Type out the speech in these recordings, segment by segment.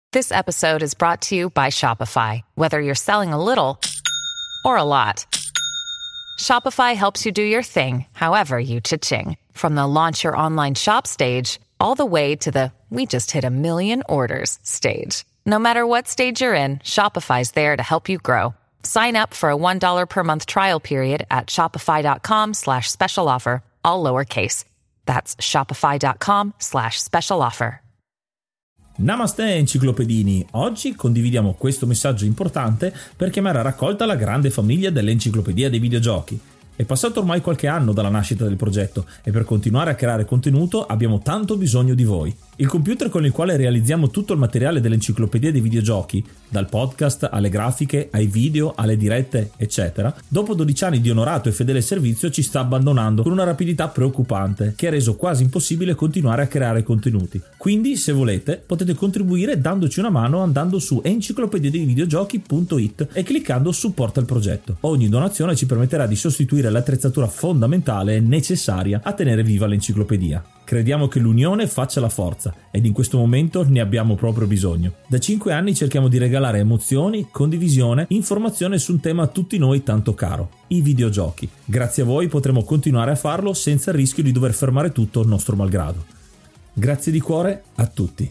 This episode is brought to you by Shopify. Whether you're selling a little or a lot, Shopify helps you do your thing, however you cha-ching. From the launch your online shop stage, all the way to the we just hit 1 million orders stage. No matter what stage you're in, Shopify's there to help you grow. Sign up for a $1 per month trial period at shopify.com/special offer, all lowercase. That's shopify.com/special offer. Namaste enciclopedini, oggi condividiamo questo messaggio importante per chiamare a raccolta la grande famiglia dell'Enciclopedia dei Videogiochi. È passato ormai qualche anno dalla nascita del progetto e per continuare a creare contenuto abbiamo tanto bisogno di voi. Il computer con il quale realizziamo tutto il materiale dell'Enciclopedia dei Videogiochi, dal podcast alle grafiche, ai video, alle dirette, eccetera, dopo 12 anni di onorato e fedele servizio ci sta abbandonando con una rapidità preoccupante che ha reso quasi impossibile continuare a creare contenuti. Quindi, se volete, potete contribuire dandoci una mano andando su enciclopediadeivideogiochi.it e cliccando supporta il progetto. Ogni donazione ci permetterà di sostituire l'attrezzatura fondamentale e necessaria a tenere viva l'enciclopedia. Crediamo che l'unione faccia la forza ed in questo momento ne abbiamo proprio bisogno. Da 5 anni cerchiamo di regalare emozioni, condivisione, informazione su un tema a tutti noi tanto caro, i videogiochi. Grazie a voi potremo continuare a farlo senza il rischio di dover fermare tutto nostro malgrado. Grazie di cuore a tutti.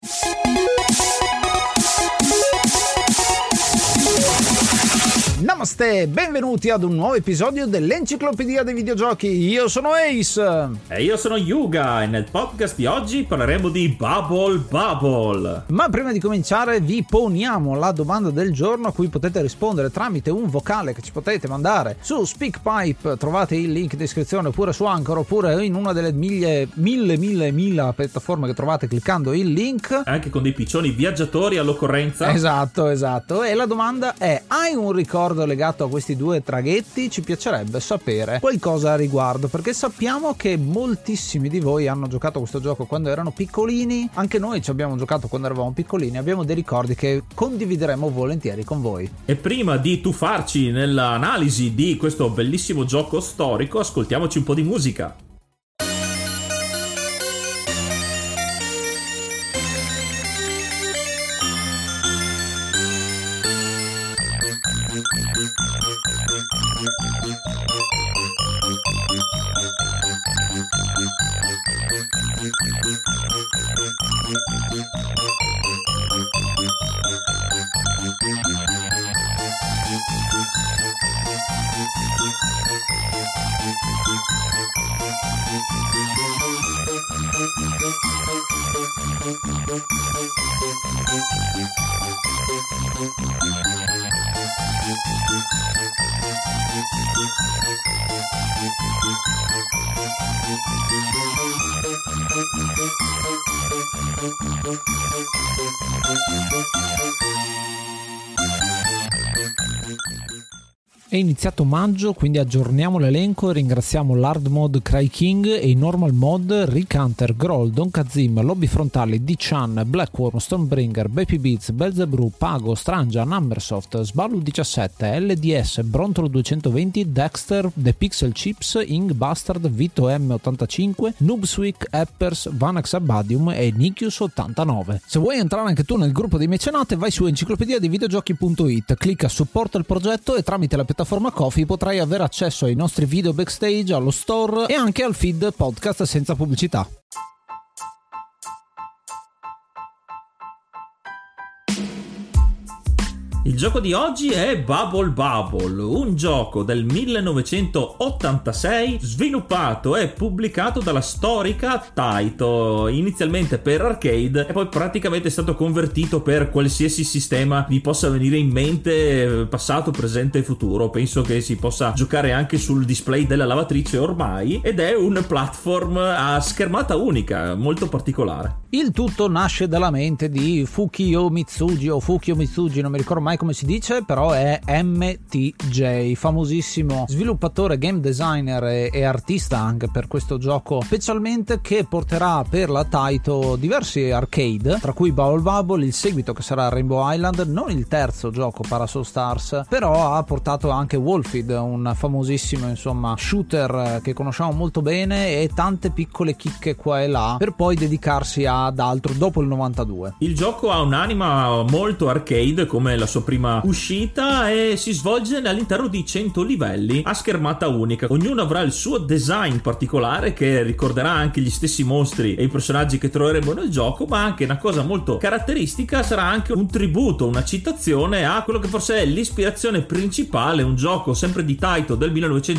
Namaste, benvenuti ad un nuovo episodio dell'Enciclopedia dei Videogiochi. Io sono Ace. E io sono Yuga e nel podcast di oggi parleremo di Bubble Bobble. Ma prima di cominciare vi poniamo la domanda del giorno a cui potete rispondere tramite un vocale che ci potete mandare su SpeakPipe. Trovate il link in descrizione oppure su Anchor oppure in una delle mille piattaforme che trovate cliccando il link. Anche con dei piccioni viaggiatori all'occorrenza. Esatto. E la domanda è: hai un ricordo legato a questi due traghetti? Ci piacerebbe sapere qualcosa a riguardo, perché sappiamo che moltissimi di voi hanno giocato a questo gioco quando erano piccolini. Anche noi ci abbiamo giocato quando eravamo piccolini, abbiamo dei ricordi che condivideremo volentieri con voi. E prima di tuffarci nell'analisi di questo bellissimo gioco storico, ascoltiamoci un po' di musica. È iniziato maggio, quindi aggiorniamo l'elenco e ringraziamo l'Hard Mod Cry King e i Normal Mod Rick Hunter, Groll, Don Kazim, Lobby Frontali, D-Chan, Blackworm, Stonebringer, Baby Beats, Belzebrew, Pago, Strangia, Numbersoft, Sballu 17, LDS, Brontolo 220, Dexter, The Pixel Chips, Ing Bastard, Vito M85, Noobswick, Eppers, Vanax Abadium e Nikius 89. Se vuoi entrare anche tu nel gruppo dei mecenate, vai su enciclopediadeivideogiochi.it, clicca supporta il progetto e tramite la piattaforma Ko-fi potrai avere accesso ai nostri video backstage, allo store e anche al feed podcast senza pubblicità. Il gioco di oggi è Bubble Bobble, un gioco del 1986 sviluppato e pubblicato dalla storica Taito, inizialmente per arcade e poi praticamente è stato convertito per qualsiasi sistema vi possa venire in mente, passato, presente e futuro. Penso che si possa giocare anche sul display della lavatrice ormai, ed è un platform a schermata unica, molto particolare. Il tutto nasce dalla mente di Fukio Mitsuji, non mi ricordo mai mai come si dice, però è MTJ, famosissimo sviluppatore, game designer e artista anche per questo gioco, specialmente, che porterà per la Taito diversi arcade, tra cui Bubble Bubble, il seguito che sarà Rainbow Island, non il terzo gioco Parasol Stars, però ha portato anche Wolfid, un famosissimo insomma shooter che conosciamo molto bene, e tante piccole chicche qua e là, per poi dedicarsi ad altro dopo il 92. Il gioco ha un'anima molto arcade come la sua prima uscita e si svolge all'interno di 100 livelli a schermata unica. Ognuno avrà il suo design particolare che ricorderà anche gli stessi mostri e i personaggi che troveremo nel gioco, ma anche una cosa molto caratteristica sarà anche un tributo, una citazione a quello che forse è l'ispirazione principale, un gioco sempre di Taito del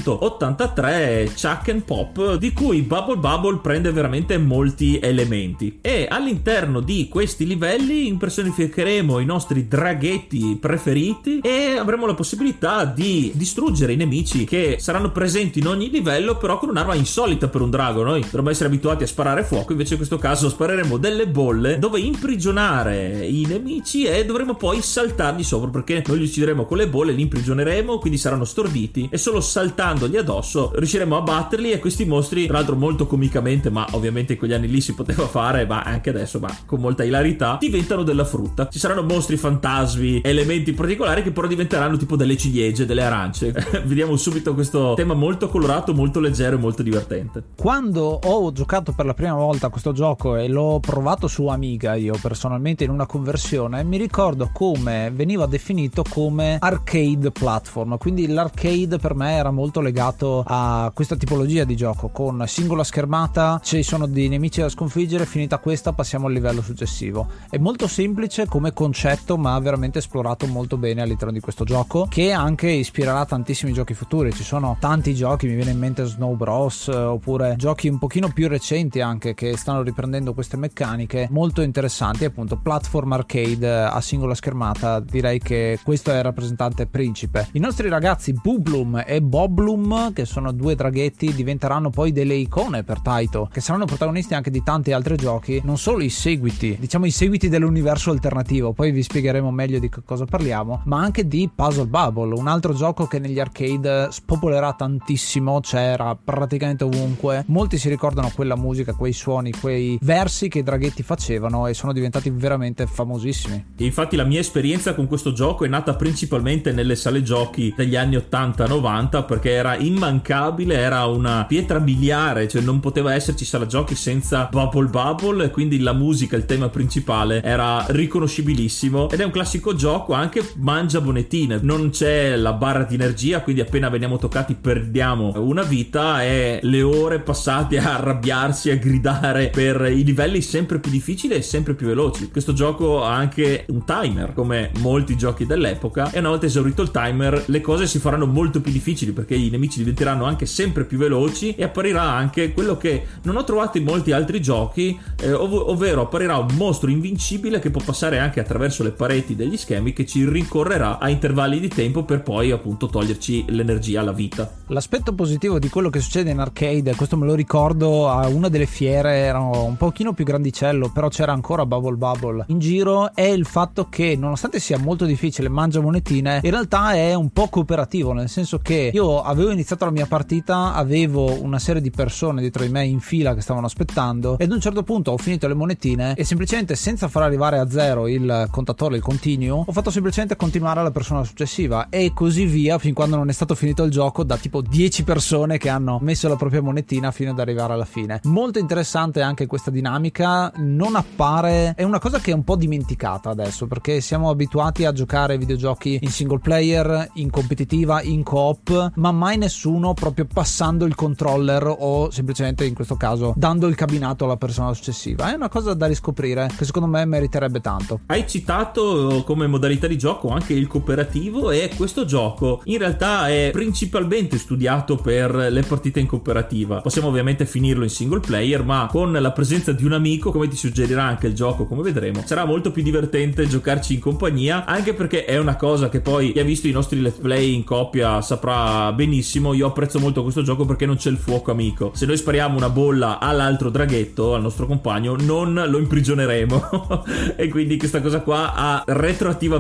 1983, Chuck and Pop, di cui Bubble Bubble prende veramente molti elementi. E all'interno di questi livelli impersonificheremo i nostri draghetti preferiti e avremo la possibilità di distruggere i nemici che saranno presenti in ogni livello, però con un'arma insolita per un drago. Noi dovremmo essere abituati a sparare fuoco, invece in questo caso spareremo delle bolle dove imprigionare i nemici e dovremo poi saltargli sopra, perché noi li uccideremo con le bolle, li imprigioneremo, quindi saranno storditi e solo saltandogli addosso riusciremo a batterli. E questi mostri, tra l'altro molto comicamente, ma ovviamente in quegli anni lì si poteva fare, ma anche adesso, ma con molta ilarità, diventano della frutta. Ci saranno mostri fantasmi, elementi particolari che però diventeranno tipo delle ciliegie, delle arance. Vediamo subito questo tema molto colorato, molto leggero e molto divertente. Quando ho giocato per la prima volta a questo gioco e l'ho provato su Amiga, io personalmente in una conversione, mi ricordo come veniva definito come arcade platform, quindi l'arcade per me era molto legato a questa tipologia di gioco, con singola schermata, ci sono dei nemici da sconfiggere, finita questa passiamo al livello successivo. È molto semplice come concetto, ma veramente esplorato molto bene all'interno di questo gioco, che anche ispirerà tantissimi giochi futuri. Ci sono tanti giochi, mi viene in mente Snow Bros, oppure giochi un pochino più recenti anche che stanno riprendendo queste meccaniche molto interessanti. Appunto, platform arcade a singola schermata, direi che questo è il rappresentante principe. I nostri ragazzi Bublum e Boblum, che sono due draghetti, diventeranno poi delle icone per Taito, che saranno protagonisti anche di tanti altri giochi, non solo i seguiti, diciamo i seguiti dell'universo alternativo, poi vi spiegheremo meglio di cosa parliamo, ma anche di Puzzle Bubble, un altro gioco che negli arcade spopolerà tantissimo, c'era praticamente ovunque. Molti si ricordano quella musica, quei suoni, quei versi che i draghetti facevano, e sono diventati veramente famosissimi. Infatti la mia esperienza con questo gioco è nata principalmente nelle sale giochi degli anni 80-90, perché era immancabile, era una pietra miliare, cioè non poteva esserci sala giochi senza Bubble Bubble, e quindi la musica, il tema principale era riconoscibilissimo, ed è un classico gioco anche mangia monetine, non c'è la barra di energia, quindi appena veniamo toccati perdiamo una vita, e le ore passate a arrabbiarsi, a gridare per i livelli sempre più difficili e sempre più veloci. Questo gioco ha anche un timer, come molti giochi dell'epoca, e una volta esaurito il timer le cose si faranno molto più difficili, perché i nemici diventeranno anche sempre più veloci, e apparirà anche quello che non ho trovato in molti altri giochi, ovvero apparirà un mostro invincibile che può passare anche attraverso le pareti degli schemi, che ci rincorrerà a intervalli di tempo per poi appunto toglierci l'energia, la vita. L'aspetto positivo di quello che succede in arcade, questo me lo ricordo a una delle fiere, era un pochino più grandicello, però c'era ancora Bubble Bubble in giro, è il fatto che nonostante sia molto difficile mangia monetine, in realtà è un po' cooperativo, nel senso che io avevo iniziato la mia partita, avevo una serie di persone dietro di me in fila che stavano aspettando, ed ad un certo punto ho finito le monetine e semplicemente, senza far arrivare a zero il contatore, il continuo, ho fatto semplicemente continuare alla persona successiva, e così via fin quando non è stato finito il gioco da tipo 10 persone che hanno messo la propria monetina fino ad arrivare alla fine. Molto interessante anche questa dinamica, non appare, è una cosa che è un po' dimenticata adesso, perché siamo abituati a giocare ai videogiochi in single player, in competitiva, in co-op, ma mai nessuno proprio passando il controller o semplicemente in questo caso dando il cabinato alla persona successiva. È una cosa da riscoprire che secondo me meriterebbe tanto. Hai citato come modalità di gioco anche il cooperativo, e questo gioco in realtà è principalmente studiato per le partite in cooperativa. Possiamo ovviamente finirlo in single player, ma con la presenza di un amico, come ti suggerirà anche il gioco, come vedremo, sarà molto più divertente giocarci in compagnia, anche perché è una cosa che poi chi ha visto i nostri let's play in coppia saprà benissimo. Io apprezzo molto questo gioco perché non c'è il fuoco amico. Se noi spariamo una bolla all'altro draghetto, al nostro compagno, non lo imprigioneremo e quindi questa cosa qua ha retroattivamente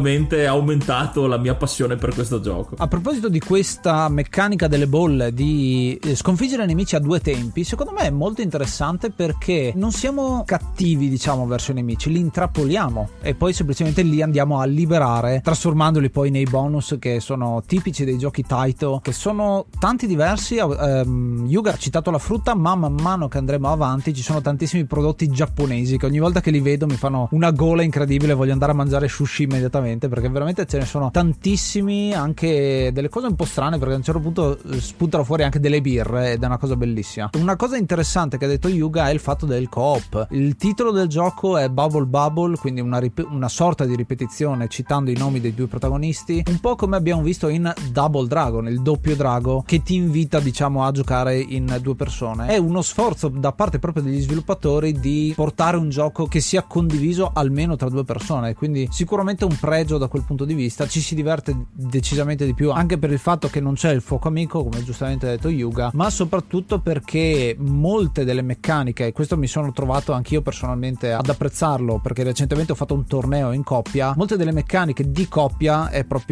ulteriormente aumentato la mia passione per questo gioco. A proposito di questa meccanica delle bolle, di sconfiggere nemici a due tempi, secondo me è molto interessante perché non siamo cattivi, diciamo, verso i nemici, li intrappoliamo e poi semplicemente li andiamo a liberare, trasformandoli poi nei bonus che sono tipici dei giochi Taito, che sono tanti diversi. Yuga ha citato la frutta, ma man mano che andremo avanti ci sono tantissimi prodotti giapponesi che ogni volta che li vedo mi fanno una gola incredibile, voglio andare a mangiare sushi immediatamente, perché veramente ce ne sono tantissimi, anche delle cose un po' strane, perché a un certo punto spuntano fuori anche delle birre ed è una cosa bellissima. Una cosa interessante che ha detto Yuga è il fatto del co-op. Il titolo del gioco è Bubble Bubble, quindi una sorta di ripetizione citando i nomi dei due protagonisti, un po' come abbiamo visto in Double Dragon, il doppio drago, che ti invita, diciamo, a giocare in due persone. È uno sforzo da parte proprio degli sviluppatori di portare un gioco che sia condiviso almeno tra due persone, quindi sicuramente un pregio da quel punto di vista. Ci si diverte decisamente di più anche per il fatto che non c'è il fuoco amico, come giustamente ha detto Yuga, ma soprattutto perché molte delle meccaniche, e questo mi sono trovato anch'io personalmente ad apprezzarlo perché recentemente ho fatto un torneo in coppia, molte delle meccaniche di coppia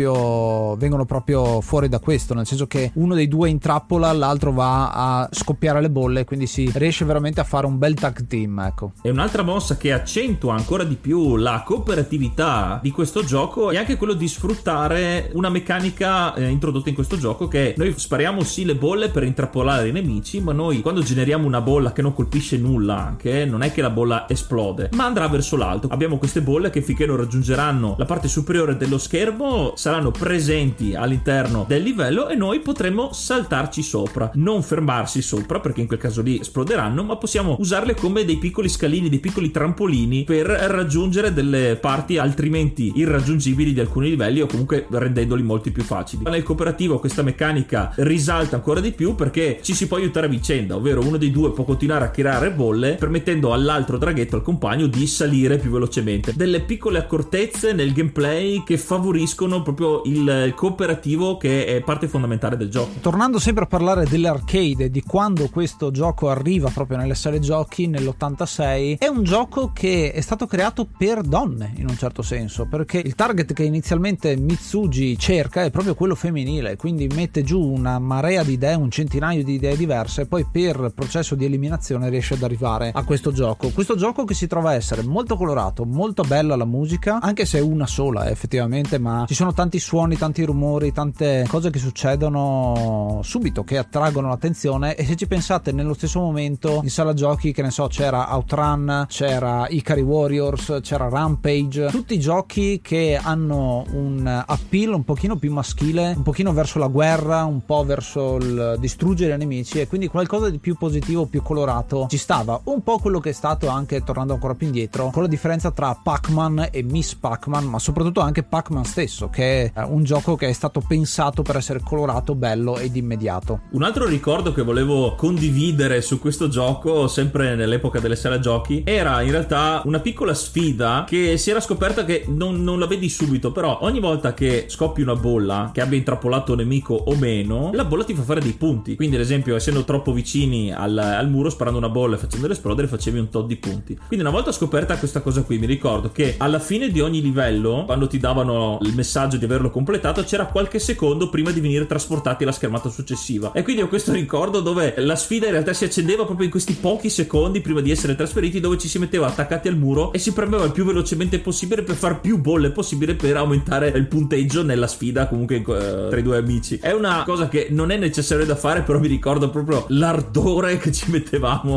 vengono proprio fuori da questo, nel senso che uno dei due intrappola, l'altro va a scoppiare le bolle, quindi si riesce veramente a fare un bel tag team, ecco. E un'altra mossa che accentua ancora di più la cooperatività di questo gioco è anche quello di sfruttare una meccanica introdotta in questo gioco, che noi spariamo sì le bolle per intrappolare i nemici, ma noi quando generiamo una bolla che non colpisce nulla, anche non è che la bolla esplode, ma andrà verso l'alto. Abbiamo queste bolle che finché non raggiungeranno la parte superiore dello schermo saranno presenti all'interno del livello e noi potremo saltarci sopra, non fermarsi sopra perché in quel caso lì esploderanno, ma possiamo usarle come dei piccoli scalini, dei piccoli trampolini per raggiungere delle parti altrimenti irraggiungibili di alcuni livelli, o comunque rendendoli molti più facili. Nel cooperativo questa meccanica risalta ancora di più perché ci si può aiutare a vicenda, ovvero uno dei due può continuare a tirare bolle permettendo all'altro draghetto, al compagno, di salire più velocemente. Delle piccole accortezze nel gameplay che favoriscono proprio il cooperativo, che è parte fondamentale del gioco. Tornando sempre a parlare dell'arcade, di quando questo gioco arriva proprio nelle sale giochi nell'86, è un gioco che è stato creato per donne in un certo senso, perché il target che inizialmente Mitsuji cerca è proprio quello femminile, quindi mette giù una marea di idee, un centinaio di idee diverse, e poi per processo di eliminazione riesce ad arrivare a questo gioco che si trova a essere molto colorato, molto bella la musica, anche se è una sola effettivamente, ma ci sono tanti suoni, tanti rumori, tante cose che succedono subito che attraggono l'attenzione. E se ci pensate, nello stesso momento in sala giochi, che ne so, c'era Outrun, c'era Ikari Warriors, c'era Rampage, tutti giochi che hanno un appeal un pochino più maschile, un pochino verso la guerra, un po' verso il distruggere i nemici, e quindi qualcosa di più positivo, più colorato ci stava. Un po' quello che è stato anche, tornando ancora più indietro, con la differenza tra Pac-Man e Miss Pac-Man, ma soprattutto anche Pac-Man stesso, che è un gioco che è stato pensato per essere colorato, bello ed immediato. Un altro ricordo che volevo condividere su questo gioco, sempre nell'epoca delle sale giochi, era in realtà una piccola sfida che si era scoperta che non la vedi subito, però ogni volta che scoppi una bolla che abbia intrappolato un nemico o meno, la bolla ti fa fare dei punti. Quindi ad esempio, essendo troppo vicini al muro, sparando una bolla e facendolo esplodere, facevi un tot di punti. Quindi una volta scoperta questa cosa qui, mi ricordo che alla fine di ogni livello, quando ti davano il messaggio di averlo completato, c'era qualche secondo prima di venire trasportati alla schermata successiva. E quindi ho questo ricordo dove la sfida in realtà si accendeva proprio in questi pochi secondi prima di essere trasferiti, dove ci si metteva attaccati al muro e si premeva il più velocemente possibile per far più bolle possibile per aumentare il punteggio nella sfida comunque tra i due amici. È una cosa che non è necessario da fare, però mi ricordo proprio l'ardore che ci mettevamo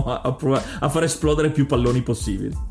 a far esplodere più palloni possibili.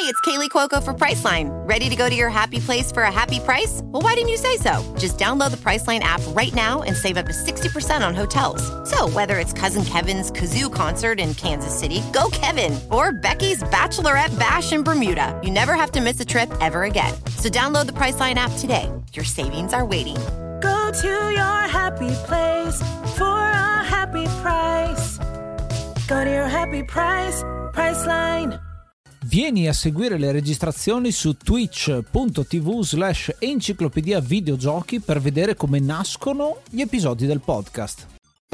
it's Kaylee Cuoco for Priceline. Ready to go to your happy place for a happy price? Well, why didn't you say so? Just download the Priceline app right now and save up to 60% on hotels. So whether it's Cousin Kevin's Kazoo Concert in Kansas City, go Kevin, or Becky's Bachelorette Bash in Bermuda, you never have to miss a trip ever again. So download the Priceline app today. Your savings are waiting. Go to your happy place for a happy price. Go to your happy price, Priceline. Vieni a seguire le registrazioni su twitch.tv/enciclopedia videogiochi per vedere come nascono gli episodi del podcast.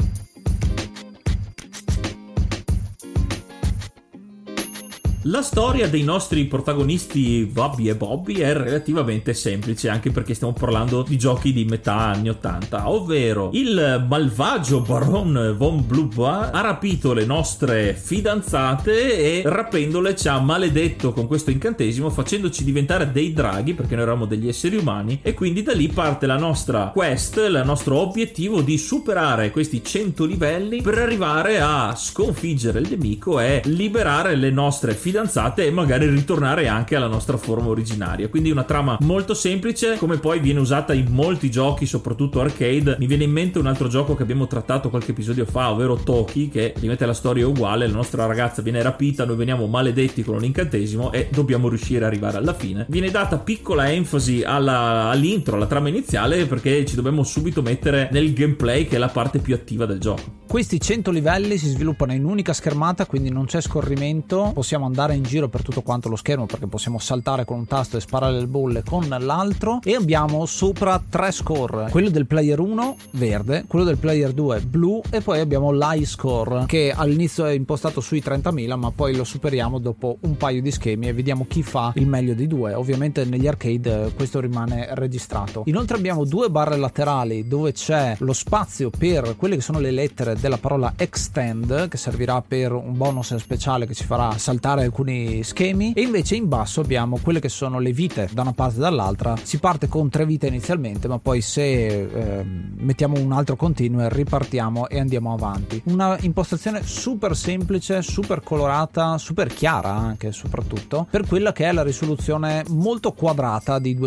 La storia dei nostri protagonisti Bobby e Bobby è relativamente semplice, anche perché stiamo parlando di giochi di metà anni 80, ovvero il malvagio Baron von Blubba ha rapito le nostre fidanzate e rapendole ci ha maledetto con questo incantesimo, facendoci diventare dei draghi, perché noi eravamo degli esseri umani, e quindi da lì parte la nostra quest, il nostro obiettivo di superare questi 100 livelli per arrivare a sconfiggere il nemico e liberare le nostre fidanzate e magari ritornare anche alla nostra forma originaria. Quindi una trama molto semplice, come poi viene usata in molti giochi, soprattutto arcade. Mi viene in mente un altro gioco che abbiamo trattato qualche episodio fa, ovvero Toki, che ovviamente la storia è uguale. La nostra ragazza viene rapita, noi veniamo maledetti con un incantesimo e dobbiamo riuscire ad arrivare alla fine. Viene data piccola enfasi all'intro, alla trama iniziale, perché ci dobbiamo subito mettere nel gameplay, che è la parte più attiva del gioco. Questi 100 livelli si sviluppano in un'unica schermata, quindi non c'è scorrimento, possiamo andare in giro per tutto quanto lo schermo, perché possiamo saltare con un tasto e sparare le bolle con l'altro, e abbiamo sopra 3 score: quello del player 1 verde, quello del player 2 blu, e poi abbiamo l'high score, che all'inizio è impostato sui 30.000, ma poi lo superiamo dopo un paio di schemi e vediamo chi fa il meglio dei due. Ovviamente negli arcade questo rimane registrato. Inoltre abbiamo 2 barre laterali dove c'è lo spazio per quelle che sono le lettere della parola extend, che servirà per un bonus speciale che ci farà saltare alcuni schemi, e invece in basso abbiamo quelle che sono le vite da una parte e dall'altra. Si parte con 3 vite inizialmente, ma poi se mettiamo un altro continuo ripartiamo e andiamo avanti. Una impostazione super semplice, super colorata, super chiara anche, soprattutto per quella che è la risoluzione molto quadrata di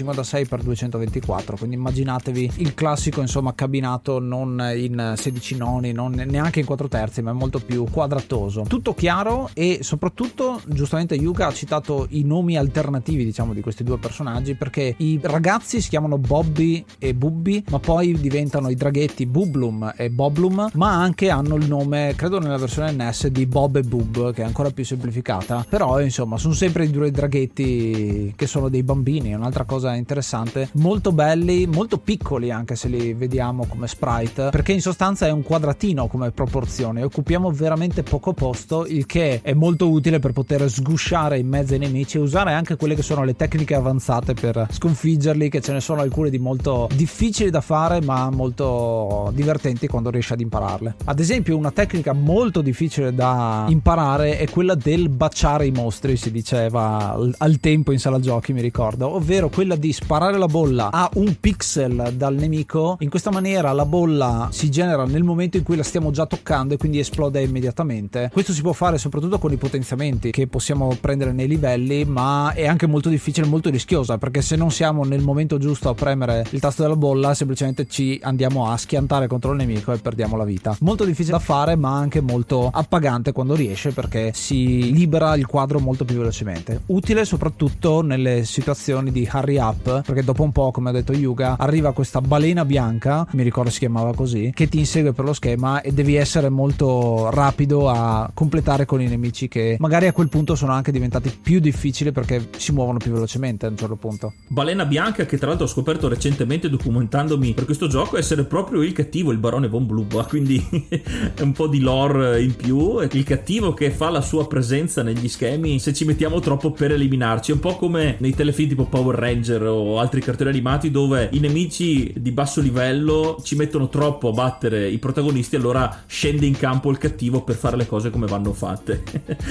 256x224, quindi immaginatevi il classico, insomma, cabinato non in 16 noni, non neanche in 4 terzi, ma è molto più quadratoso. Tutto chiaro, e soprattutto giustamente Yuga ha citato i nomi alternativi, diciamo, di questi 2 personaggi, perché i ragazzi si chiamano Bobby e Bubby, ma poi diventano i draghetti Bublum e Boblum, ma anche hanno il nome, credo nella versione NES, di Bob e Bub, che è ancora più semplificata, però insomma sono sempre i 2 draghetti che sono dei bambini. È un'altra cosa interessante, molto belli, molto piccoli anche se li vediamo come sprite, perché in sostanza è un quadratino come proporzione, occupiamo veramente poco posto, il che è molto utile per poter sgusciare in mezzo ai nemici e usare anche quelle che sono le tecniche avanzate per sconfiggerli, che ce ne sono alcune di molto difficili da fare ma molto divertenti quando riesci ad impararle. Ad esempio una tecnica molto difficile da imparare è quella del baciare i mostri, si diceva al tempo in sala giochi, mi ricordo, ovvero quella di sparare la bolla a un pixel dal nemico. In questa maniera la bolla si genera nel momento in cui la stiamo già toccando e quindi esplode immediatamente. Questo si può fare soprattutto con i potenziamenti che possiamo prendere nei livelli, ma è anche molto difficile, molto rischiosa, perché se non siamo nel momento giusto a premere il tasto della bolla semplicemente ci andiamo a schiantare contro il nemico e perdiamo la vita. Molto difficile da fare, ma anche molto appagante quando riesce, perché si libera il quadro molto più velocemente. Utile soprattutto nelle situazioni di hurry up, perché dopo un po', come ha detto Yuga, arriva questa balena bianca, mi ricordo si chiamava così, che ti insegue per lo schema e devi essere molto rapido a completare con i nemici, che magari a quel punto sono anche diventati più difficili perché si muovono più velocemente a un certo punto. Balena bianca, che tra l'altro ho scoperto recentemente documentandomi per questo gioco essere proprio il cattivo, il barone von Blubba, quindi è un po' di lore in più. Il cattivo che fa la sua presenza negli schemi se ci mettiamo troppo per eliminarci, un po' come nei telefilm tipo Power Ranger o altri cartoni animati, dove i nemici di basso livello ci mettono troppo a battere i protagonisti, allora scende in campo il cattivo per fare le cose come vanno fatte. Nel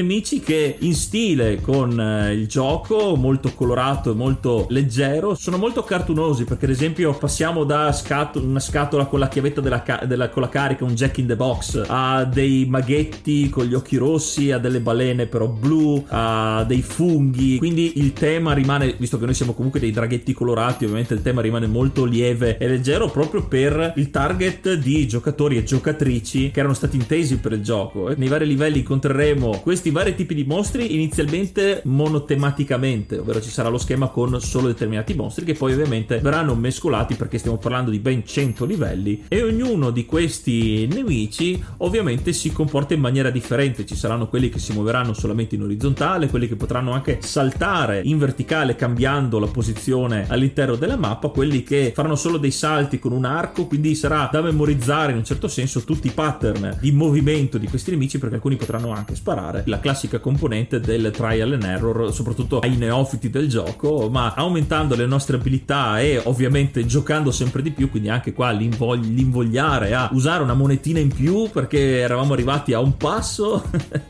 nemici che in stile con il gioco, molto colorato e molto leggero, sono molto cartunosi, perché ad esempio passiamo da una scatola con la chiavetta con la carica, un Jack in the Box, a dei maghetti con gli occhi rossi, a delle balene però blu, a dei funghi. Quindi il tema rimane, visto che noi siamo comunque dei draghetti colorati, ovviamente il tema rimane molto lieve e leggero, proprio per il target di giocatori e giocatrici che erano stati intesi per il gioco. Nei vari livelli incontreremo questi vari tipi di mostri, inizialmente monotematicamente, ovvero ci sarà lo schema con solo determinati mostri che poi ovviamente verranno mescolati, perché stiamo parlando di ben 100 livelli e ognuno di questi nemici ovviamente si comporta in maniera differente. Ci saranno quelli che si muoveranno solamente in orizzontale, quelli che potranno anche saltare in verticale cambiando la posizione all'interno della mappa, quelli che faranno solo dei salti con un arco, quindi sarà da memorizzare in un certo senso tutti i pattern di movimento di questi nemici, perché alcuni potranno anche sparare, la classica componente del trial and error, soprattutto ai neofiti del gioco, ma aumentando le nostre abilità e ovviamente giocando sempre di più. Quindi anche qua l'invogliare a usare una monetina in più perché eravamo arrivati a un passo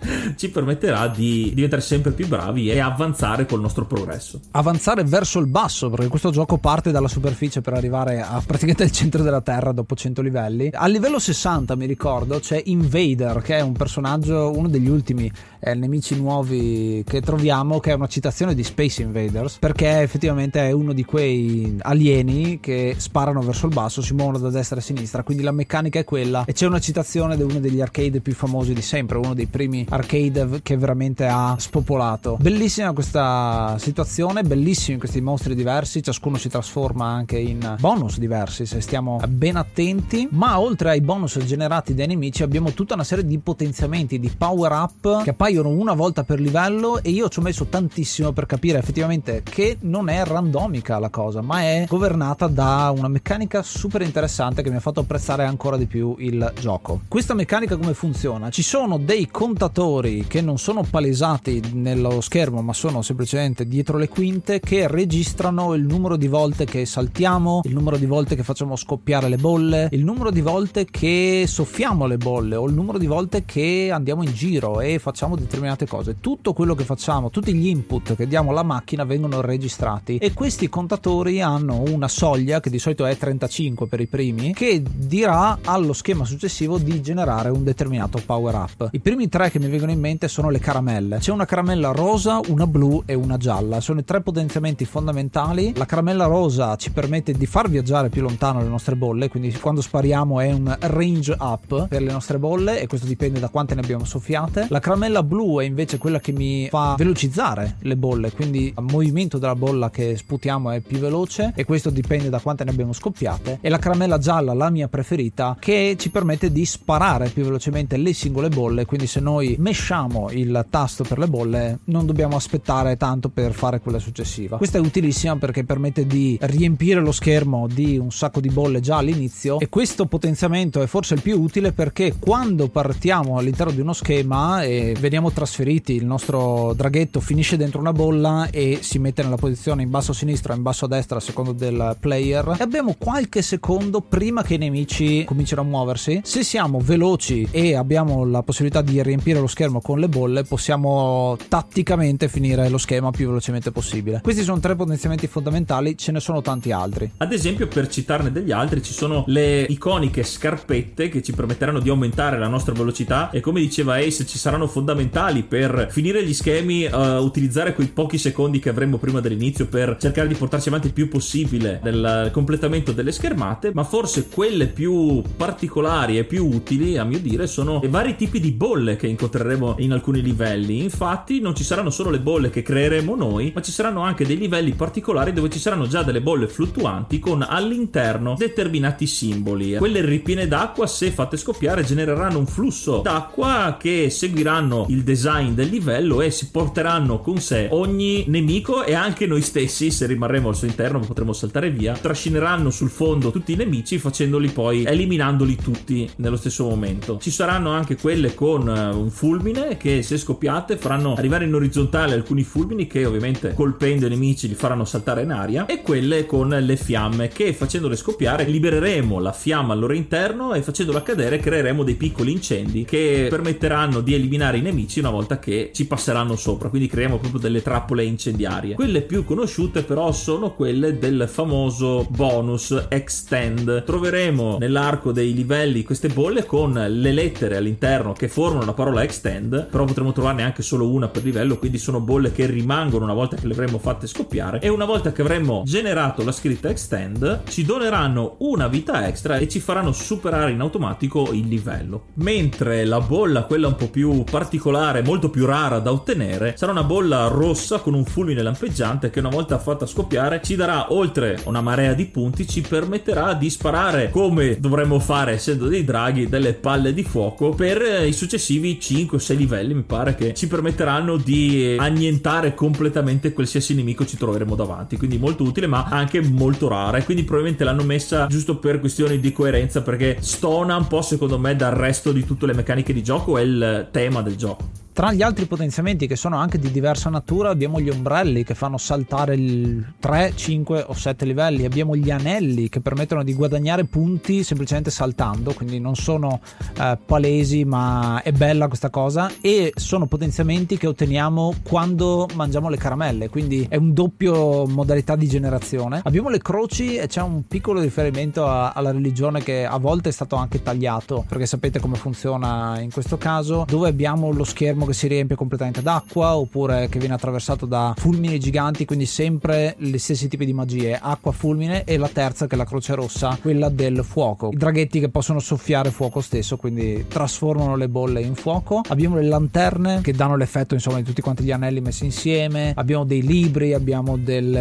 ci permetterà di diventare sempre più bravi e avanzare col nostro progresso, avanzare verso il basso, perché questo gioco parte dalla superficie per arrivare a praticamente il centro della terra dopo 100 livelli. Al livello 60 mi ricordo c'è Invader, che è un personaggio, uno degli ultimi nemici nuovi che troviamo, che è una citazione di Space Invaders, perché effettivamente è uno di quei alieni che sparano verso il basso, si muovono da destra a sinistra, quindi la meccanica è quella, e c'è una citazione di uno degli arcade più famosi di sempre, uno dei primi arcade che veramente ha spopolato. Bellissima questa situazione, bellissimi questi mostri diversi, ciascuno si trasforma anche in bonus diversi se stiamo ben attenti, ma oltre ai bonus generati dai nemici abbiamo tutta una serie di potenziamenti, di power up che appaiono una volta per livello, e io ci ho messo tantissimo per capire effettivamente che non è randomica la cosa, ma è governata da una meccanica super interessante che mi ha fatto apprezzare ancora di più il gioco. Questa meccanica come funziona? Ci sono dei contatori che non sono palesati nello schermo, ma sono semplicemente dietro le quinte, che registrano il numero di volte che saltiamo, il numero di volte che facciamo scoppiare le bolle, il numero di volte che soffiamo le bolle o il numero di volte che andiamo in giro e facciamo determinate cose. Tutto quello che facciamo, tutti gli input che diamo alla macchina vengono registrati, e questi contatori hanno una soglia che di solito è 35 per i primi, che dirà allo schema successivo di generare un determinato power up. I primi tre che mi vengono in mente sono le caramelle. C'è una caramella rosa, una blu e una gialla. Sono i tre potenziamenti fondamentali. La caramella rosa ci permette di far viaggiare più lontano le nostre bolle, quindi quando spariamo è un range up per le nostre bolle, e questo dipende da quante ne abbiamo soffiate. La caramella blu è invece quella che mi fa velocizzare le bolle, quindi il movimento della bolla che sputiamo è più veloce, e questo dipende da quante ne abbiamo scoppiate. E la caramella gialla, la mia preferita, che ci permette di sparare più velocemente le singole bolle, quindi se noi mesciamo il tasto per le bolle non dobbiamo aspettare tanto per fare quella successiva. Questa è utilissima perché permette di riempire lo schermo di un sacco di bolle già all'inizio, e questo potenziamento è forse il più utile perché quando partiamo all'interno di uno schema e veniamo trasferiti, il nostro draghetto finisce dentro una bolla e si mette nella posizione in basso a sinistra o in basso a destra a secondo del player, e abbiamo qualche secondo prima che i nemici cominciano a muoversi. Se siamo veloci e abbiamo la possibilità di riempire lo schermo con le bolle, possiamo tatticamente finire lo schema più velocemente possibile. Questi sono tre potenziamenti fondamentali, ce ne sono tanti altri. Ad esempio, per citarne degli altri, ci sono le iconiche scarpette che ci permetteranno di aumentare la nostra velocità, e come diceva Ace ci saranno fondamentali per finire gli schemi, utilizzare quei pochi secondi che avremo prima dell'inizio per cercare di portarci avanti il più possibile nel completamento delle schermate. Ma forse quelle più particolari e più utili, a mio dire, sono i vari tipi di bolle che incontreremo in alcuni livelli. Infatti non ci saranno solo le bolle che creeremo noi, ma ci saranno anche dei livelli particolari dove ci saranno già delle bolle fluttuanti con all'interno determinati simboli. Quelle ripiene d'acqua, se fatte scoppiare, genereranno un flusso d'acqua che seguiranno il design del livello e si porteranno con sé ogni nemico, e anche noi stessi, se rimarremo al suo interno potremo saltare via, trascineranno sul fondo tutti i nemici, facendoli poi, eliminandoli tutti nello stesso momento. Ci saranno anche quelle con un fulmine che, se scoppiate, faranno arrivare in orizzontale alcuni fulmini che ovviamente colpendo i nemici li faranno saltare in aria, e quelle con le fiamme che, facendole scoppiare, libereremo la fiamma al loro interno, e facendola cadere creeremo dei piccoli incendi che permetteranno di eliminare i nemici nemici una volta che ci passeranno sopra, quindi creiamo proprio delle trappole incendiarie. Quelle più conosciute però sono quelle del famoso bonus Extend. Troveremo nell'arco dei livelli queste bolle con le lettere all'interno che formano la parola Extend, però potremo trovarne anche solo una per livello, quindi sono bolle che rimangono una volta che le avremo fatte scoppiare, e una volta che avremo generato la scritta Extend ci doneranno una vita extra e ci faranno superare in automatico il livello. Mentre la bolla, quella un po' più particolare, molto più rara da ottenere, sarà una bolla rossa con un fulmine lampeggiante che una volta fatta scoppiare ci darà, oltre una marea di punti, ci permetterà di sparare, come dovremmo fare essendo dei draghi, delle palle di fuoco per i successivi 5 o 6 livelli. Mi pare che ci permetteranno di annientare completamente qualsiasi nemico ci troveremo davanti, quindi molto utile ma anche molto rara, e quindi probabilmente l'hanno messa giusto per questioni di coerenza, perché stona un po' secondo me dal resto di tutte le meccaniche di gioco e il tema del gioco. Tra gli altri potenziamenti, che sono anche di diversa natura, abbiamo gli ombrelli che fanno saltare il 3, 5 o 7 livelli, abbiamo gli anelli che permettono di guadagnare punti semplicemente saltando, quindi non sono palesi, ma è bella questa cosa, e sono potenziamenti che otteniamo quando mangiamo le caramelle, quindi è un doppio modalità di generazione. Abbiamo le croci e c'è un piccolo riferimento alla religione che a volte è stato anche tagliato, perché sapete come funziona in questo caso, dove abbiamo lo schermo che si riempie completamente d'acqua, oppure che viene attraversato da fulmini giganti, quindi sempre gli stessi tipi di magie, acqua, fulmine, e la terza che è la croce rossa, quella del fuoco, i draghetti che possono soffiare fuoco stesso, quindi trasformano le bolle in fuoco. Abbiamo le lanterne che danno l'effetto insomma di tutti quanti gli anelli messi insieme, abbiamo dei libri, abbiamo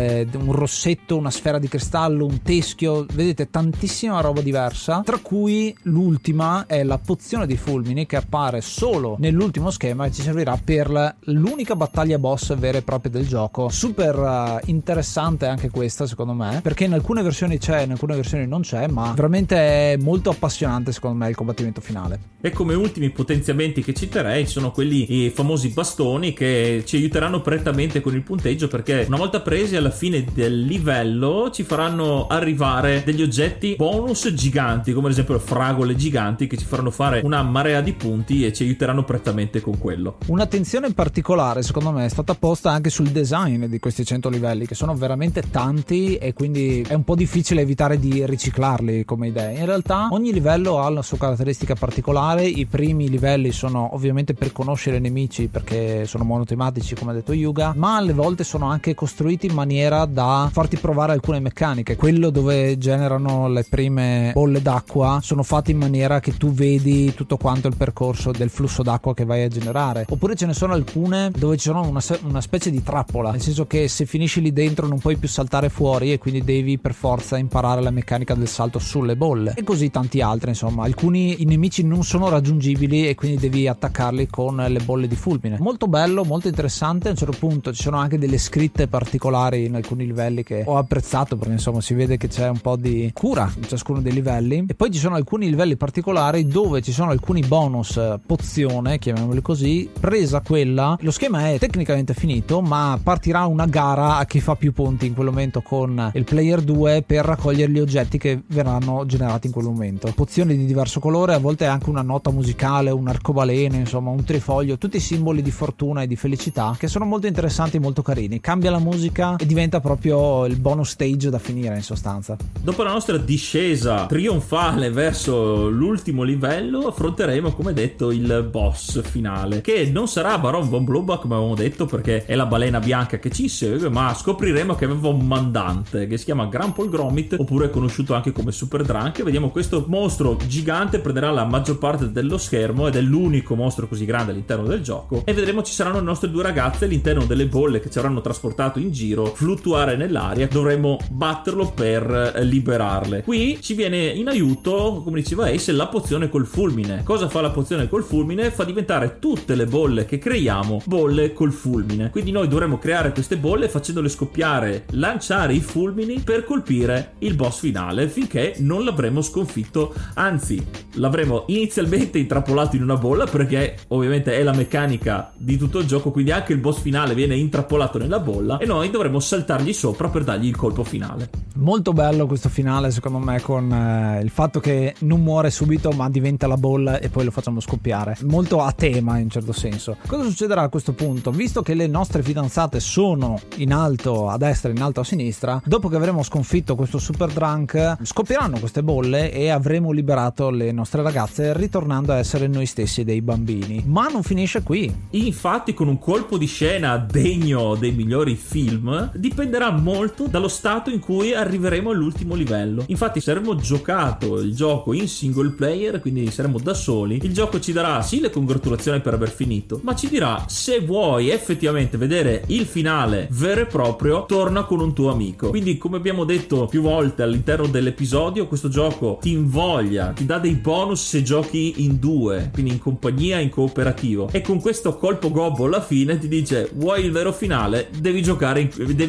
un rossetto, una sfera di cristallo, un teschio, vedete tantissima roba diversa, tra cui l'ultima è la pozione di fulmini che appare solo nell'ultimo schema e ci servirà per l'unica battaglia boss vera e propria del gioco. Super interessante anche questa secondo me, perché in alcune versioni c'è, in alcune versioni non c'è, ma veramente è molto appassionante secondo me il combattimento finale. E come ultimi potenziamenti che citerei sono quelli, i famosi bastoni, che ci aiuteranno prettamente con il punteggio, perché una volta presi alla fine del livello ci faranno arrivare degli oggetti bonus giganti, come ad esempio fragole giganti, che ci faranno fare una marea di punti e ci aiuteranno prettamente con quello. Un'attenzione particolare secondo me è stata posta anche sul design di questi 100 livelli, che sono veramente tanti e quindi è un po' difficile evitare di riciclarli come idee. In realtà ogni livello ha la sua caratteristica particolare. I primi livelli sono ovviamente per conoscere i nemici, perché sono monotematici come ha detto Yuga, ma alle volte sono anche costruiti in maniera da farti provare alcune meccaniche. Quello dove generano le prime bolle d'acqua sono fatti in maniera che tu vedi tutto quanto il percorso del flusso d'acqua che vai a generare. Oppure ce ne sono alcune dove ci sono una specie di trappola, nel senso che se finisci lì dentro non puoi più saltare fuori e quindi devi per forza imparare la meccanica del salto sulle bolle, e così tanti altri. Insomma, alcuni i nemici non sono raggiungibili e quindi devi attaccarli con le bolle di fulmine. Molto bello, molto interessante. A un certo punto ci sono anche delle scritte particolari in alcuni livelli che ho apprezzato, perché insomma si vede che c'è un po' di cura in ciascuno dei livelli. E poi ci sono alcuni livelli particolari dove ci sono alcuni bonus pozione, chiamiamoli così. Presa quella, lo schema è tecnicamente finito, ma partirà una gara a chi fa più punti in quel momento con il player 2 per raccogliere gli oggetti che verranno generati in quel momento. Pozioni di diverso colore, a volte anche una nota musicale, un arcobaleno, insomma un trifoglio, tutti simboli di fortuna e di felicità che sono molto interessanti e molto carini. Cambia la musica e diventa proprio il bonus stage da finire in sostanza. Dopo la nostra discesa trionfale verso l'ultimo livello affronteremo, come detto, il boss finale, che non sarà Baron von Blubach come avevamo detto, perché è la balena bianca che ci insegue, ma scopriremo che aveva un mandante che si chiama Grampol Gromit, oppure conosciuto anche come Super Drunk. Vediamo questo mostro gigante prenderà la maggior parte dello schermo ed è l'unico mostro così grande all'interno del gioco, e vedremo ci saranno le nostre due ragazze all'interno delle bolle che ci avranno trasportato in giro, fluttuare nell'aria. Dovremo batterlo per liberarle. Qui ci viene in aiuto, come diceva Ace, la pozione col fulmine. Cosa fa la pozione col fulmine? Fa diventare tutte le bolle che creiamo bolle col fulmine, quindi noi dovremo creare queste bolle facendole scoppiare, lanciare i fulmini per colpire il boss finale finché non l'avremo sconfitto, anzi l'avremo inizialmente intrappolato in una bolla, perché ovviamente è la meccanica di tutto il gioco, quindi anche il boss finale viene intrappolato nella bolla e noi dovremo saltargli sopra per dargli il colpo finale. Molto bello questo finale secondo me, con il fatto che non muore subito ma diventa la bolla e poi lo facciamo scoppiare, molto a tema in certo certo senso. Cosa succederà a questo punto? Visto che le nostre fidanzate sono in alto a destra, in alto a sinistra, dopo che avremo sconfitto questo super drunk, scoppieranno queste bolle e avremo liberato le nostre ragazze, ritornando a essere noi stessi dei bambini. Ma non finisce qui. Infatti, con un colpo di scena degno dei migliori film, dipenderà molto dallo stato in cui arriveremo all'ultimo livello. Infatti, se avremo giocato il gioco in single player, quindi saremo da soli, il gioco ci darà sì le congratulazioni per aver finito, ma ci dirà: se vuoi effettivamente vedere il finale vero e proprio, torna con un tuo amico. Quindi, come abbiamo detto più volte all'interno dell'episodio, questo gioco ti invoglia, ti dà dei bonus se giochi in due, quindi in compagnia, in cooperativo, e con questo colpo gobbo alla fine ti dice: vuoi il vero finale? Devi giocare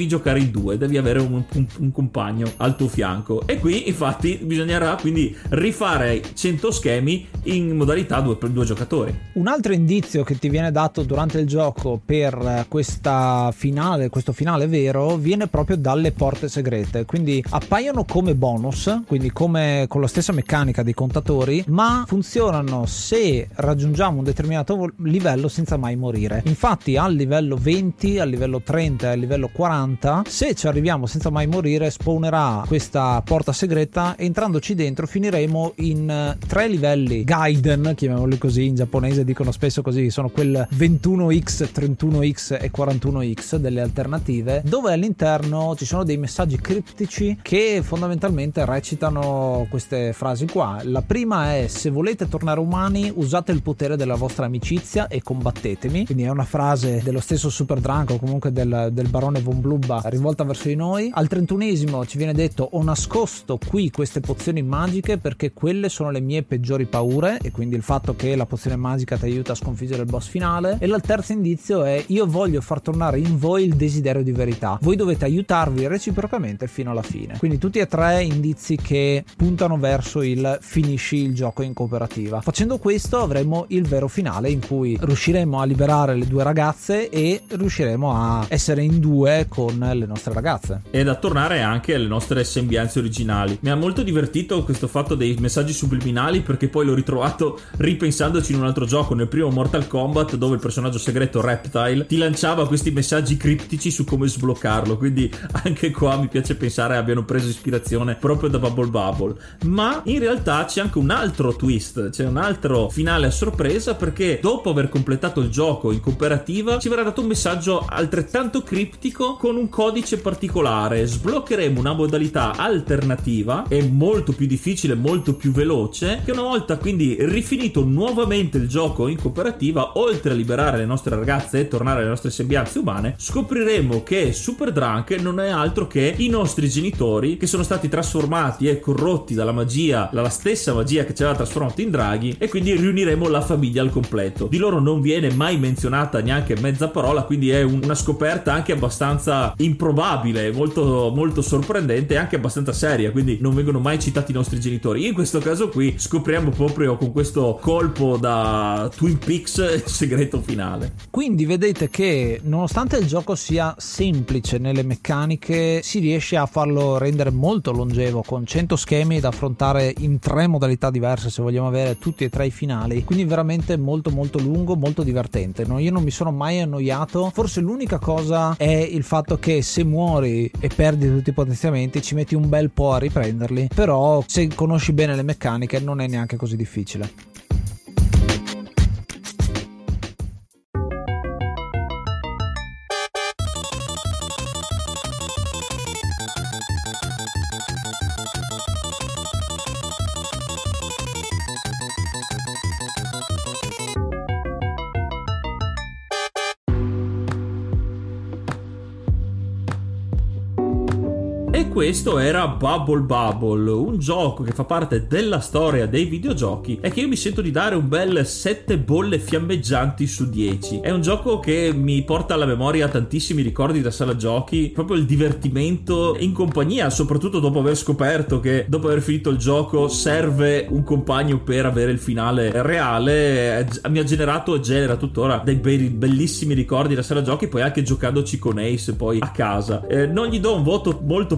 in due, devi avere un compagno al tuo fianco. E qui infatti bisognerà quindi rifare 100 schemi in modalità per due giocatori. Un altro indizio che ti viene dato durante il gioco per questo finale vero viene proprio dalle porte segrete, quindi appaiono come bonus, quindi come con la stessa meccanica dei contatori, ma funzionano se raggiungiamo un determinato livello senza mai morire. Infatti al livello 20, al livello 30 e al livello 40, se ci arriviamo senza mai morire, spawnerà questa porta segreta. Entrandoci dentro finiremo in 3 livelli Gaiden, chiamiamoli così, in giapponese dicono spesso così, sono quel 21x, 31x e 41x delle alternative, dove all'interno ci sono dei messaggi criptici che fondamentalmente recitano queste frasi qua. La prima è: se volete tornare umani, usate il potere della vostra amicizia e combattetemi. Quindi è una frase dello stesso Super Drunk o comunque del barone von Blubba rivolta verso di noi. Al 31esimo ci viene detto: ho nascosto qui queste pozioni magiche perché quelle sono le mie peggiori paure, e quindi il fatto che la pozione magica ti aiuta a sconfiggere il boss finale. E il terzo indizio è: io voglio far tornare in voi il desiderio di verità, voi dovete aiutarvi reciprocamente fino alla fine. Quindi tutti e 3 indizi che puntano verso il finisci il gioco in cooperativa. Facendo questo avremo il vero finale in cui riusciremo a liberare le 2 ragazze e riusciremo a essere in 2 con le nostre ragazze ed a tornare anche alle nostre sembianze originali. Mi ha molto divertito questo fatto dei messaggi subliminali, perché poi l'ho ritrovato ripensandoci in un altro gioco, nel primo Mortal Kombat, dove il personaggio segreto Reptile ti lanciava questi messaggi criptici su come sbloccarlo. Quindi anche qua mi piace pensare abbiano preso ispirazione proprio da Bubble Bubble. Ma in realtà c'è anche un altro twist, c'è un altro finale a sorpresa, perché dopo aver completato il gioco in cooperativa ci verrà dato un messaggio altrettanto criptico con un codice particolare. Sbloccheremo una modalità alternativa e molto più difficile, molto più veloce, che una volta quindi rifinito nuovamente il gioco in cooperativa, oltre a liberare le nostre ragazze e tornare alle nostre sembianze umane, scopriremo che Super Drunk non è altro che i nostri genitori, che sono stati trasformati e corrotti dalla magia, dalla stessa magia che ci aveva trasformato in draghi, e quindi riuniremo la famiglia al completo. Di loro non viene mai menzionata neanche mezza parola, quindi è una scoperta anche abbastanza improbabile, molto molto sorprendente e anche abbastanza seria, quindi non vengono mai citati i nostri genitori. In questo caso qui scopriamo proprio con questo colpo da Twin Peaks il segreto finale. Quindi vedete che nonostante il gioco sia semplice nelle meccaniche, si riesce a farlo rendere molto longevo, con 100 schemi da affrontare in 3 modalità diverse se vogliamo avere tutti e 3 i finali, quindi veramente molto molto lungo, molto divertente. Io non mi sono mai annoiato. Forse l'unica cosa è il fatto che se muori e perdi tutti i potenziamenti ci metti un bel po' a riprenderli, però se conosci bene le meccaniche non è neanche così difficile. E questo era Bubble Bubble, un gioco che fa parte della storia dei videogiochi e che io mi sento di dare un bel 7 bolle fiammeggianti su 10. È un gioco che mi porta alla memoria tantissimi ricordi da sala giochi, proprio il divertimento in compagnia, soprattutto dopo aver scoperto che dopo aver finito il gioco serve un compagno per avere il finale reale. Mi ha generato e genera tuttora dei bellissimi ricordi da sala giochi, poi anche giocandoci con Ace poi a casa. Non gli do un voto molto più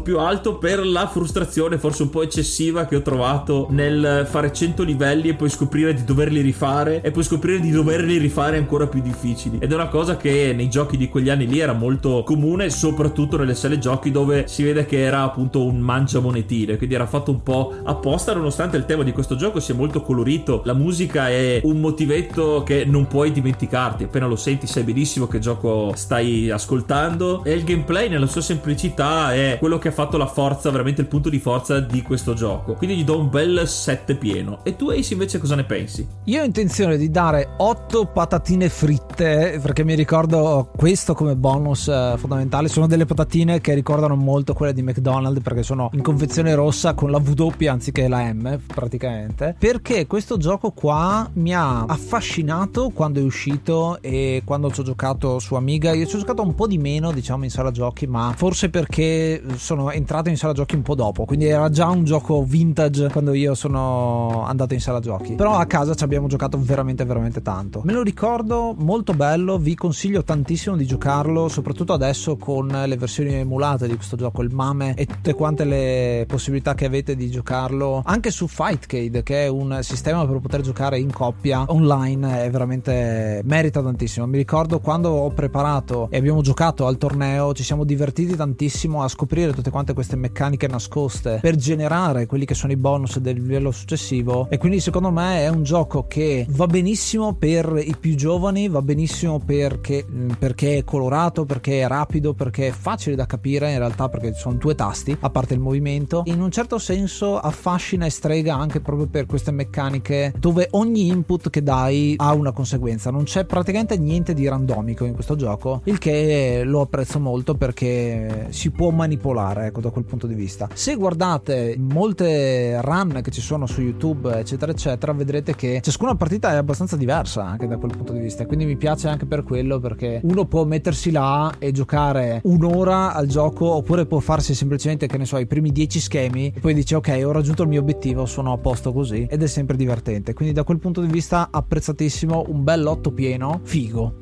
più alto per la frustrazione forse un po' eccessiva che ho trovato nel fare 100 livelli e poi scoprire di doverli rifare e poi scoprire di doverli rifare ancora più difficili. Ed è una cosa che nei giochi di quegli anni lì era molto comune, soprattutto nelle sale giochi dove si vede che era appunto un mangiamonetine, quindi era fatto un po' apposta, nonostante il tema di questo gioco sia molto colorito. La musica è un motivetto che non puoi dimenticarti, appena lo senti sai benissimo che gioco stai ascoltando, e il gameplay nella sua semplicità è quello che ha fatto la forza, veramente il punto di forza di questo gioco, quindi gli do un bel 7 pieno. E tu Ace invece cosa ne pensi? Io ho intenzione di dare 8 patatine fritte, perché mi ricordo questo come bonus fondamentale. Sono delle patatine che ricordano molto quelle di McDonald's, perché sono in confezione rossa con la W anziché la M praticamente, perché questo gioco qua mi ha affascinato quando è uscito e quando ci ho giocato su Amiga. Io ci ho giocato un po' di meno, diciamo, in sala giochi, ma forse perché sono entrato in sala giochi un po' dopo, quindi era già un gioco vintage quando io sono andato in sala giochi. Però a casa ci abbiamo giocato veramente veramente tanto. Me lo ricordo molto bello, vi consiglio tantissimo di giocarlo, soprattutto adesso con le versioni emulate di questo gioco, il MAME e tutte quante le possibilità che avete di giocarlo anche su Fightcade, che è un sistema per poter giocare in coppia online, è veramente merita tantissimo. Mi ricordo quando ho preparato e abbiamo giocato al torneo, ci siamo divertiti tantissimo a scoprire tutte quante queste meccaniche nascoste per generare quelli che sono i bonus del livello successivo, e quindi secondo me è un gioco che va benissimo per i più giovani, va benissimo perché è colorato, perché è rapido, perché è facile da capire in realtà, perché sono 2 tasti a parte il movimento. In un certo senso affascina e strega anche proprio per queste meccaniche dove ogni input che dai ha una conseguenza, non c'è praticamente niente di randomico in questo gioco, il che lo apprezzo molto perché si può manipolare, ecco, da quel punto di vista. Se guardate molte run che ci sono su YouTube eccetera eccetera, vedrete che ciascuna partita è abbastanza diversa anche da quel punto di vista, quindi mi piace anche per quello, perché uno può mettersi là e giocare un'ora al gioco, oppure può farsi semplicemente, che ne so, i primi 10 schemi e poi dice ok, ho raggiunto il mio obiettivo, sono a posto così, ed è sempre divertente. Quindi da quel punto di vista apprezzatissimo, un bel 8 pieno, figo.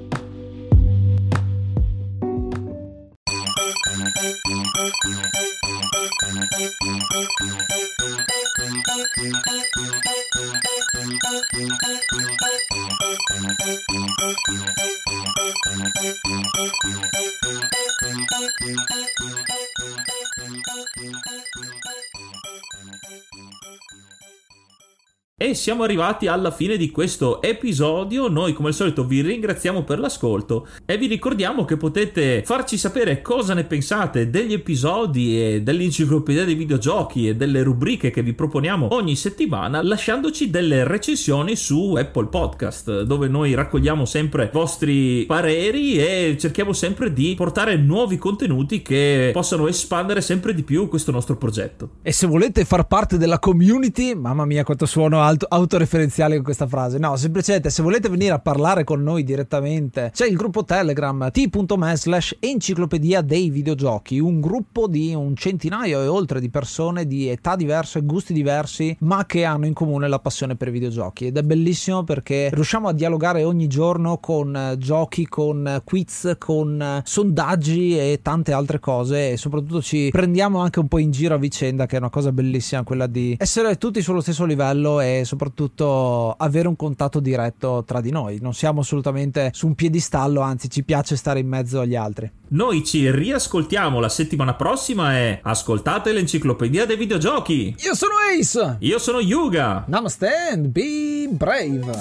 E siamo arrivati alla fine di questo episodio. Noi come al solito vi ringraziamo per l'ascolto e vi ricordiamo che potete farci sapere cosa ne pensate degli episodi e dell'enciclopedia dei videogiochi e delle rubriche che vi proponiamo ogni settimana lasciandoci delle recensioni su Apple Podcast, dove noi raccogliamo sempre i vostri pareri e cerchiamo sempre di portare nuovi contenuti che possano espandere sempre di più questo nostro progetto. E se volete far parte della community, mamma mia quanto suono autoreferenziale con questa frase, no, semplicemente se volete venire a parlare con noi direttamente c'è il gruppo Telegram t.me/enciclopedia dei videogiochi, un gruppo di un centinaio e oltre di persone di età diverse, gusti diversi, ma che hanno in comune la passione per i videogiochi, ed è bellissimo perché riusciamo a dialogare ogni giorno con giochi, con quiz, con sondaggi e tante altre cose, e soprattutto ci prendiamo anche un po' in giro a vicenda, che è una cosa bellissima, quella di essere tutti sullo stesso livello e soprattutto avere un contatto diretto tra di noi. Non siamo assolutamente su un piedistallo, anzi ci piace stare in mezzo agli altri. Noi ci riascoltiamo la settimana prossima e ascoltate l'enciclopedia dei videogiochi. Io sono Ace. Io sono Yuga. Namaste and be brave.